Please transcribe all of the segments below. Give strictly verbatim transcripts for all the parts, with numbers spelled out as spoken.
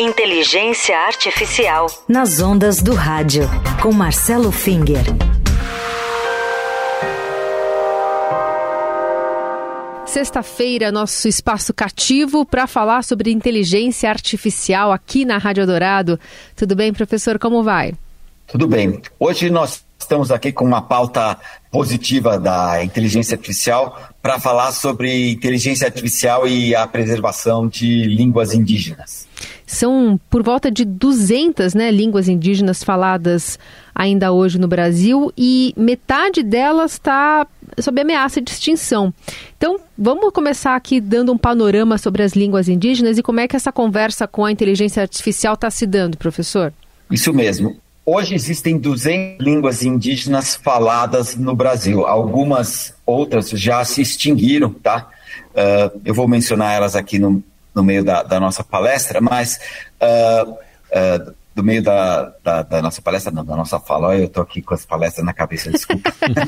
Inteligência Artificial. Nas ondas do rádio, com Marcelo Finger. Sexta-feira, nosso espaço cativo para falar sobre inteligência artificial aqui na Rádio Eldorado. Tudo bem, professor? Como vai? Tudo bem. Hoje nós estamos aqui com uma pauta positiva da inteligência artificial para falar sobre inteligência artificial e a preservação de línguas indígenas. São por volta de duzentas, né, línguas indígenas faladas ainda hoje no Brasil e metade delas está sob ameaça de extinção. Então, vamos começar aqui dando um panorama sobre as línguas indígenas e como é que essa conversa com a inteligência artificial está se dando, professor? Isso mesmo. Hoje existem duzentas línguas indígenas faladas no Brasil. Algumas outras já se extinguiram, tá? Uh, eu vou mencionar elas aqui no, no meio da, da nossa palestra, mas uh, uh, do meio da, da, da nossa palestra, não, da nossa fala. Olha, eu estou aqui com as palestras na cabeça, desculpa.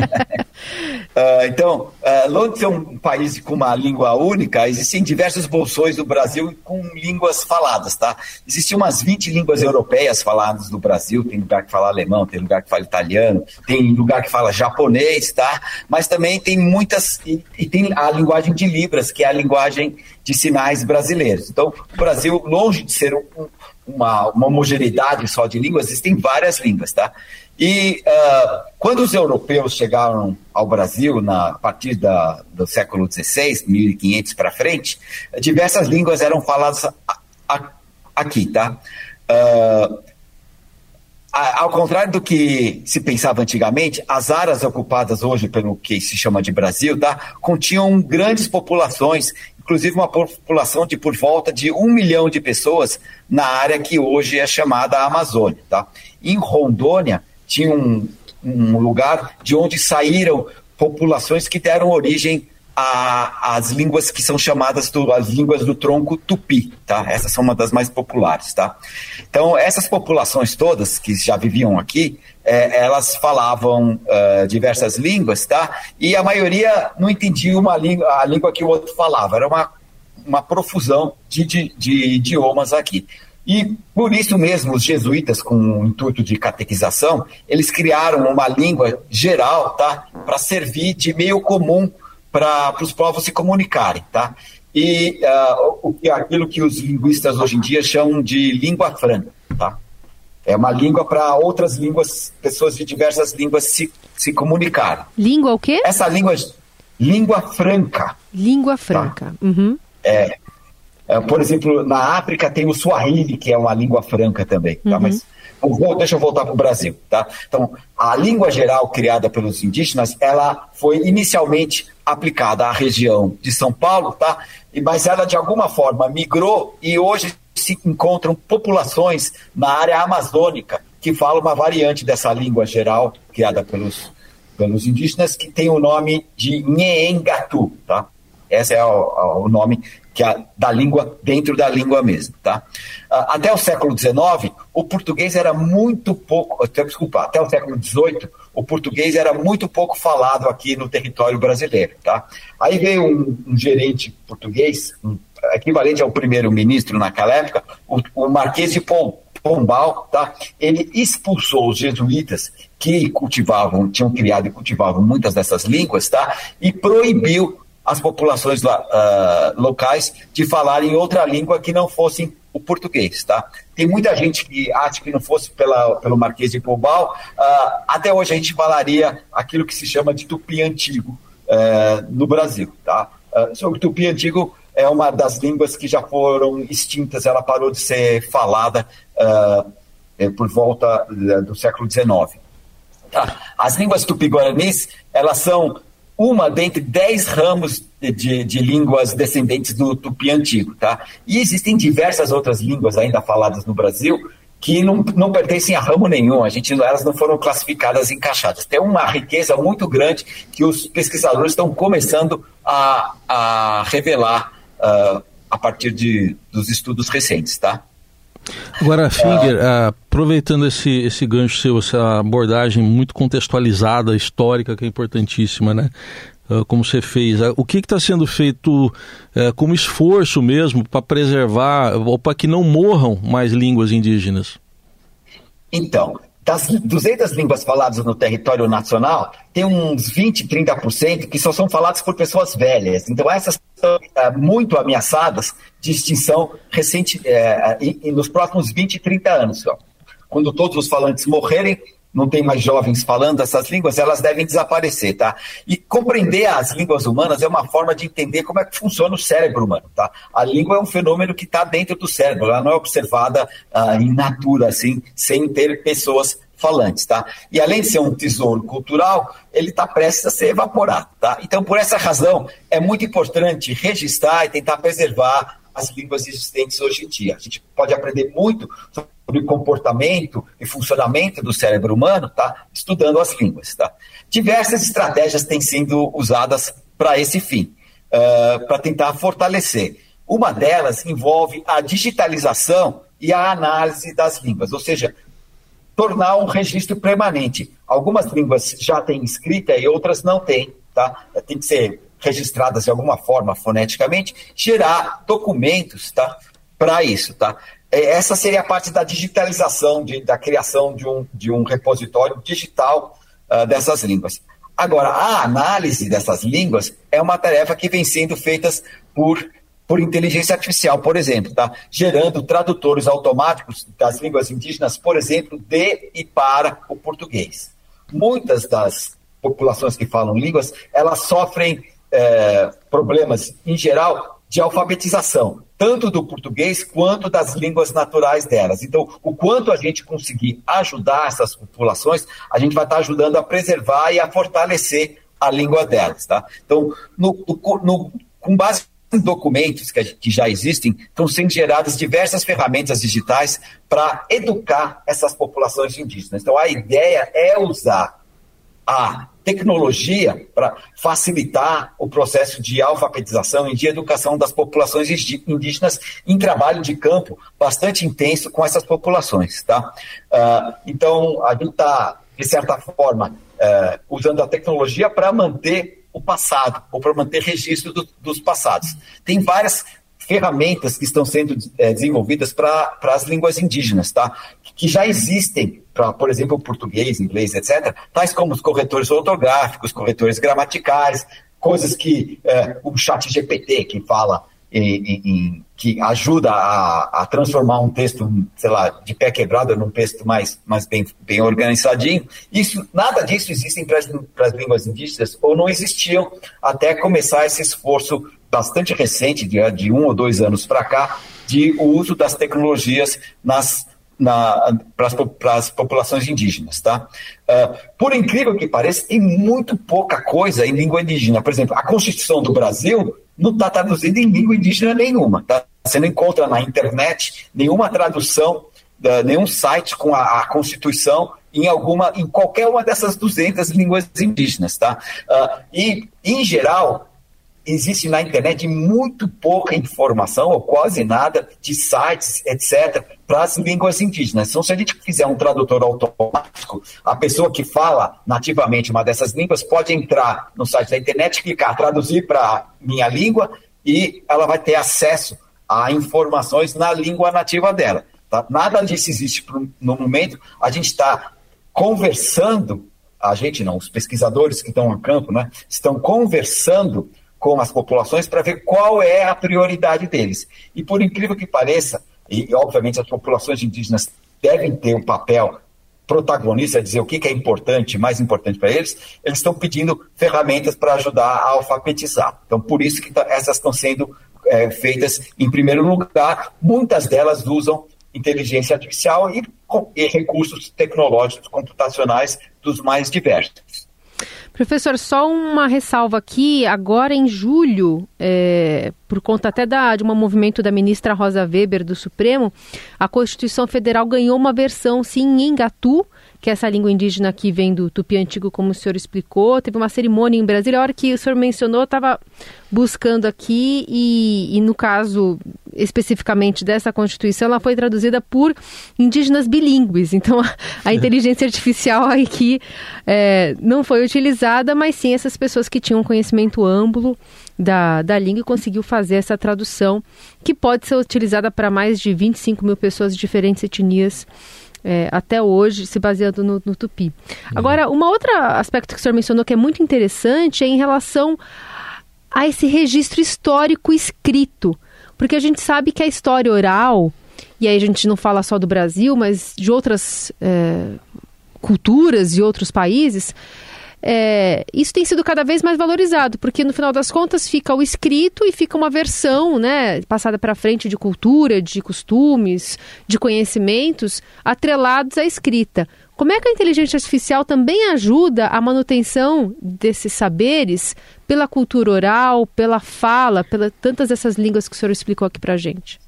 uh, então, uh, longe de ser um país com uma língua única, existem diversos bolsões do Brasil com línguas faladas, tá? Existem umas vinte línguas europeias faladas no Brasil, tem lugar que fala alemão, tem lugar que fala italiano, tem lugar que fala japonês, tá? Mas também tem muitas, e, e tem a linguagem de Libras, que é a linguagem de sinais brasileiros. Então, o Brasil, longe de ser um, uma, uma homogeneidade só de línguas, existem várias línguas, tá? E uh, quando os europeus chegaram ao Brasil, na, a partir da, do século dezesseis, mil e quinhentos para frente, diversas línguas eram faladas a, a, aqui, tá? Uh, a, ao contrário do que se pensava antigamente, as áreas ocupadas hoje pelo que se chama de Brasil, tá? Continham grandes populações, inclusive uma população de por volta de um milhão de pessoas na área que hoje é chamada Amazônia, tá? Em Rondônia, tinha um, um lugar de onde saíram populações que deram origem às línguas que são chamadas do, as línguas do tronco tupi, tá? Essas são uma das mais populares, tá? Então, essas populações todas que já viviam aqui, é, elas falavam uh, diversas línguas, tá? E a maioria não entendia uma língua, a língua que o outro falava. Era uma, uma profusão de, de, de idiomas aqui. E por isso mesmo os jesuítas, com o intuito de catequização, eles criaram uma língua geral, tá? Para servir de meio comum para os povos se comunicarem, tá? E uh, o, aquilo que os linguistas hoje em dia chamam de língua franca, tá? É uma língua para outras línguas, pessoas de diversas línguas se, se comunicarem. Língua o quê? Essa língua, língua franca. Língua franca. Tá? Uhum. É, é, por exemplo, na África tem o Swahili, que é uma língua franca também, tá? Uhum. Mas vou, deixa eu voltar para o Brasil, tá? Então, a língua geral criada pelos indígenas, ela foi inicialmente aplicada à região de São Paulo, tá? Mas ela de alguma forma migrou e hoje se encontram populações na área amazônica que falam uma variante dessa língua geral criada pelos, pelos indígenas, que tem o nome de Nheengatu, tá? Esse é o, o nome que é da língua dentro da língua mesmo, tá? Até o século dezenove, o português era muito pouco, desculpa, até o século dezoito, o português era muito pouco falado aqui no território brasileiro, tá? Aí veio um, um gerente português, um, equivalente ao primeiro-ministro naquela época, o, o Marquês de Pombal, tá? Ele expulsou os jesuítas que cultivavam, tinham criado e cultivavam muitas dessas línguas, tá? E proibiu as populações lá, uh, locais de falarem outra língua que não fosse o português, tá? Tem muita gente que acha que não fosse pela, pelo Marquês de Pombal, uh, até hoje a gente falaria aquilo que se chama de tupi antigo uh, no Brasil, tá? Uh, sobre o tupi antigo é uma das línguas que já foram extintas, ela parou de ser falada uh, por volta do século dezenove. Tá? As línguas tupi-guaranis, elas são uma dentre dez ramos de, de, de línguas descendentes do tupi antigo, tá? E existem diversas outras línguas ainda faladas no Brasil que não, não pertencem a ramo nenhum, a gente, elas não foram classificadas e encaixadas. Tem uma riqueza muito grande que os pesquisadores estão começando a, a revelar uh, a partir de, dos estudos recentes, tá? Agora, Finger, uh, aproveitando esse, esse gancho seu, essa abordagem muito contextualizada, histórica, que é importantíssima, né? uh, como você fez. O que está sendo feito uh, como esforço mesmo para preservar ou para que não morram mais línguas indígenas? Então, das duzentas línguas faladas no território nacional, tem uns vinte, trinta por cento que só são faladas por pessoas velhas. Então, essas estão é, muito ameaçadas de extinção recente, é, e, e nos próximos vinte, trinta anos. Ó. Quando todos os falantes morrerem, não tem mais jovens falando essas línguas, elas devem desaparecer, tá? E compreender as línguas humanas é uma forma de entender como é que funciona o cérebro humano, tá? A língua é um fenômeno que está dentro do cérebro, ela não é observada uh, in natura, assim, sem ter pessoas falantes, tá? E além de ser um tesouro cultural, ele está prestes a ser evaporado, tá? Então, por essa razão, é muito importante registrar e tentar preservar as línguas existentes hoje em dia. A gente pode aprender muito sobre o comportamento e funcionamento do cérebro humano, tá? Estudando as línguas, tá? Diversas estratégias têm sido usadas para esse fim, uh, para tentar fortalecer. Uma delas envolve a digitalização e a análise das línguas, ou seja, tornar um registro permanente. Algumas línguas já têm escrita e outras não têm, tá? Tem que ser registradas de alguma forma foneticamente, gerar documentos, tá? Para isso, tá? Essa seria a parte da digitalização, de, da criação de um, de um repositório digital uh, dessas línguas. Agora, a análise dessas línguas é uma tarefa que vem sendo feita por, por inteligência artificial, por exemplo, tá? Gerando tradutores automáticos das línguas indígenas, por exemplo, de e para o português. Muitas das populações que falam línguas, elas sofrem é, problemas, em geral, de alfabetização, tanto do português quanto das línguas naturais delas. Então, o quanto a gente conseguir ajudar essas populações, a gente vai estar ajudando a preservar e a fortalecer a língua delas, tá? Então, no, no, no, com base em documentos que, que já existem, estão sendo geradas diversas ferramentas digitais para educar essas populações indígenas. Então, a ideia é usar a tecnologia para facilitar o processo de alfabetização e de educação das populações indígenas em trabalho de campo bastante intenso com essas populações, tá? Uh, então, a gente está, de certa forma, uh, usando a tecnologia para manter o passado, ou para manter registro do, dos passados. Tem várias ferramentas que estão sendo é, desenvolvidas para as línguas indígenas, tá? Que já existem para, por exemplo, português, inglês, etcétera, tais como os corretores ortográficos, corretores gramaticais, coisas que é, o chat G P T, que fala, em, em, que ajuda a, a transformar um texto, sei lá, de pé quebrado num texto mais, mais bem, bem organizadinho. Isso, nada disso existe para as línguas indígenas, ou não existiam até começar esse esforço bastante recente, de, de um ou dois anos para cá, de o uso das tecnologias nas Na, para as populações indígenas, tá? Uh, por incrível que pareça, tem muito pouca coisa em língua indígena. Por exemplo, a Constituição do Brasil não está traduzida em língua indígena nenhuma, tá? Você não encontra na internet nenhuma tradução, uh, nenhum site com a, a Constituição em alguma, em qualquer uma dessas duzentas línguas indígenas, tá? Uh, e, em geral, existe na internet muito pouca informação, ou quase nada, de sites, etcétera, para as línguas indígenas. Então, se a gente fizer um tradutor automático, a pessoa que fala nativamente uma dessas línguas pode entrar no site da internet, clicar, traduzir para minha língua, e ela vai ter acesso a informações na língua nativa dela. Tá? Nada disso existe no momento. A gente está conversando, a gente não, os pesquisadores que estão a campo, né, estão conversando com as populações para ver qual é a prioridade deles. E por incrível que pareça, e obviamente as populações indígenas devem ter um papel protagonista, dizer o que é importante, mais importante para eles, eles estão pedindo ferramentas para ajudar a alfabetizar. Então, por isso que essas estão sendo é, feitas em primeiro lugar. Muitas delas usam inteligência artificial e, e recursos tecnológicos computacionais dos mais diversos. Professor, só uma ressalva aqui, agora em julho, é, por conta até da, de um movimento da ministra Rosa Weber do Supremo, a Constituição Federal ganhou uma versão, sim, em Ngatu, que é essa língua indígena que vem do Tupi Antigo, como o senhor explicou. Teve uma cerimônia em Brasília, a hora que o senhor mencionou, eu estava buscando aqui e, e, no caso, especificamente dessa Constituição, ela foi traduzida por indígenas bilíngues. Então, a, a inteligência artificial aqui é, não foi utilizada, mas sim essas pessoas que tinham conhecimento amplo da, da língua e conseguiu fazer essa tradução, que pode ser utilizada para mais de vinte e cinco mil pessoas de diferentes etnias é, até hoje, se baseando no, no Tupi. Uhum. Agora, um outro aspecto que o senhor mencionou que é muito interessante é em relação a esse registro histórico escrito, porque a gente sabe que a história oral, e aí a gente não fala só do Brasil, mas de outras é, culturas e outros países, é, isso tem sido cada vez mais valorizado, porque no final das contas fica o escrito e fica uma versão, né, passada para frente de cultura, de costumes, de conhecimentos atrelados à escrita. Como é que a inteligência artificial também ajuda a manutenção desses saberes pela cultura oral, pela fala, pelas tantas dessas línguas que o senhor explicou aqui para a gente?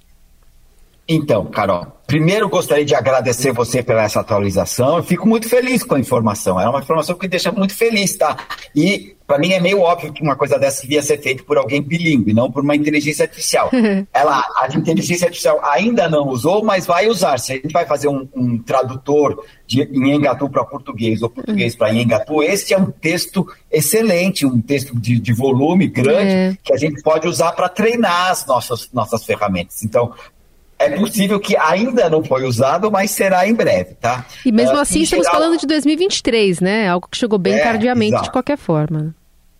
Então, Carol, primeiro gostaria de agradecer você pela essa atualização. Eu fico muito feliz com a informação. É uma informação que me deixa muito feliz, tá? E para mim é meio óbvio que uma coisa dessa devia ser feita por alguém bilíngue, não por uma inteligência artificial. Ela, a inteligência artificial ainda não usou, mas vai usar. Se a gente vai fazer um, um tradutor de Nhengatu para português ou português para Nhengatu, esse é um texto excelente, um texto de, de volume grande, é. que a gente pode usar para treinar as nossas, nossas ferramentas. Então, é possível que ainda não foi usado, mas será em breve, tá? E mesmo uh, assim estamos geral... falando de dois mil e vinte e três, né? Algo que chegou bem é, tardiamente exato. de qualquer forma.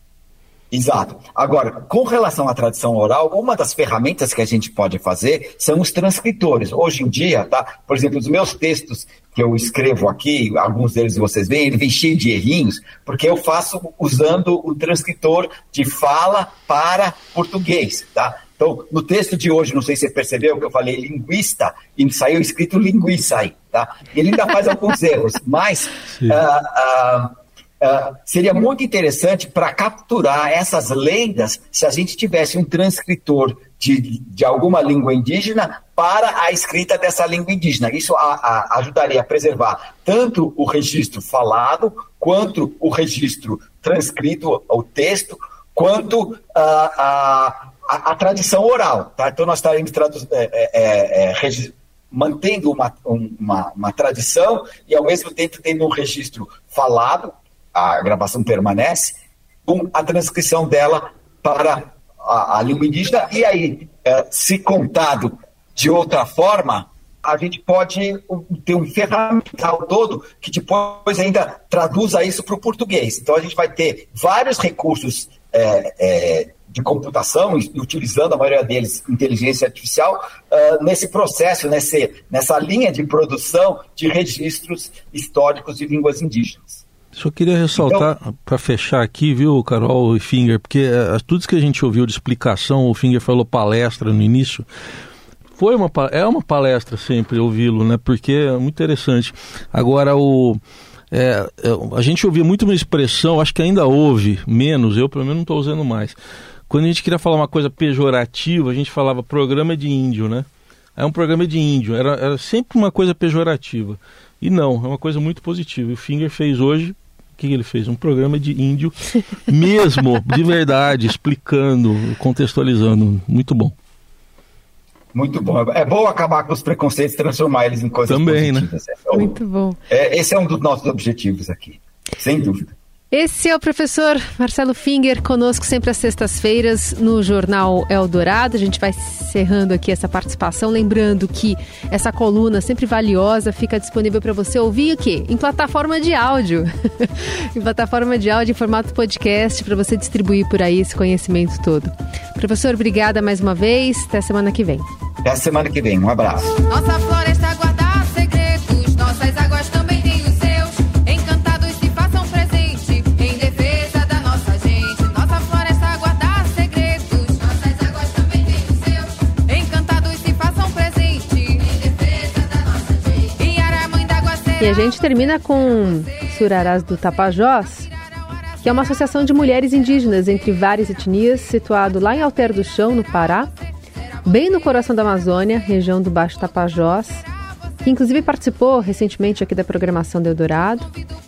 Exato. Agora, com relação à tradição oral, uma das ferramentas que a gente pode fazer são os transcritores. Hoje em dia, tá? Por exemplo, os meus textos que eu escrevo aqui, alguns deles vocês veem, ele vem cheio de errinhos, porque eu faço usando o transcritor de fala para português, tá? Então, no texto de hoje, não sei se você percebeu que eu falei linguista e saiu escrito linguiça aí, tá? Ele ainda faz alguns erros, mas uh, uh, uh, seria muito interessante para capturar essas lendas se a gente tivesse um transcritor de, de alguma língua indígena para a escrita dessa língua indígena. Isso a, a, ajudaria a preservar tanto o registro falado, quanto o registro transcrito, o texto, quanto a... Uh, uh, A, a tradição oral, tá? Então nós estaremos tradu- é, é, é, regi- mantendo uma, um, uma, uma tradição e ao mesmo tempo tendo um registro falado, a gravação permanece, com a transcrição dela para a, a língua indígena, e aí, é, se contado de outra forma, a gente pode ter um ferramental todo que depois ainda traduza isso para o português. Então a gente vai ter vários recursos é, é, de computação, e utilizando a maioria deles inteligência artificial, uh, nesse processo, nesse, nessa linha de produção de registros históricos de línguas indígenas. Só queria ressaltar, então, para fechar aqui, viu, Carol e Finger, porque uh, tudo que a gente ouviu de explicação, o Finger falou palestra no início, foi uma, é uma palestra sempre ouvi-lo, né, porque é muito interessante. Agora, o... É, a gente ouvia muito uma expressão, acho que ainda ouve menos, eu pelo menos não estou usando mais. Quando a gente queria falar uma coisa pejorativa, a gente falava programa de índio, né? É um programa de índio, era, era sempre uma coisa pejorativa. E não, é uma coisa muito positiva. E o Finger fez hoje, o que ele fez? Um programa de índio mesmo, de verdade, explicando, contextualizando. Muito bom. Muito bom. É bom acabar com os preconceitos e transformar eles em coisas Também, positivas. Né? Então, muito bom. É, esse é um dos nossos objetivos aqui, sem dúvida. Esse é o professor Marcelo Finger, conosco sempre às sextas-feiras no Jornal Eldorado. A gente vai encerrando aqui essa participação, lembrando que essa coluna sempre valiosa fica disponível para você ouvir o quê? Em plataforma de áudio. Em plataforma de áudio, em formato podcast, para você distribuir por aí esse conhecimento todo. Professor, obrigada mais uma vez. Até semana que vem. Até a semana que vem. Um abraço. Nossa floresta guarda segredos, nossas águas também têm os seus. Encantados se façam presente em defesa da nossa gente. Nossa floresta guarda segredos, nossas águas também têm os seus. Encantados se façam presente em defesa da nossa gente. E Aramã d'água será. E a gente termina com Surarás do Tapajós, que é uma associação de mulheres indígenas entre várias etnias, situado lá em Alter do Chão, no Pará, bem no coração da Amazônia, região do Baixo Tapajós, que inclusive participou recentemente aqui da programação do Eldorado.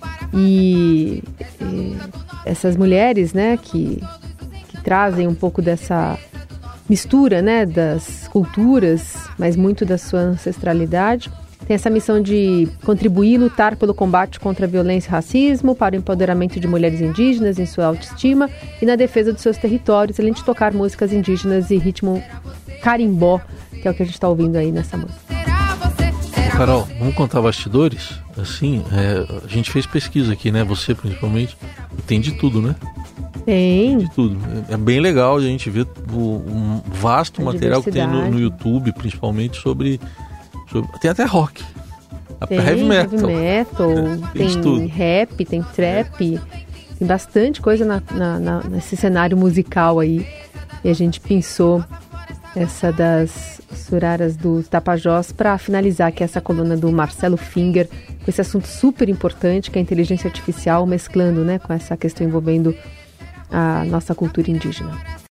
E, e essas mulheres, né, que, que trazem um pouco dessa, mistura, né, das culturas, mas muito da sua ancestralidade. Tem essa missão de contribuir e lutar pelo combate contra a violência e racismo, para o empoderamento de mulheres indígenas em sua autoestima e na defesa dos seus territórios, além de tocar músicas indígenas e ritmo carimbó, que é o que a gente está ouvindo aí nessa música. Carol, vamos contar bastidores? Assim, é, a gente fez pesquisa aqui, né? Você principalmente, e tem de tudo, né? Tem. De tudo. É, é bem legal a gente ver o um vasto a material que tem no, no YouTube, principalmente sobre, sobre... Tem até rock. Tem heavy metal. Heavy metal, tem tem tudo. rap, tem trap, tem bastante coisa na, na, na, nesse cenário musical aí. E a gente pensou essa das Suraras do Tapajós para finalizar aqui essa coluna do Marcelo Finger com esse assunto super importante que é a inteligência artificial, mesclando, né, com essa questão envolvendo a nossa cultura indígena.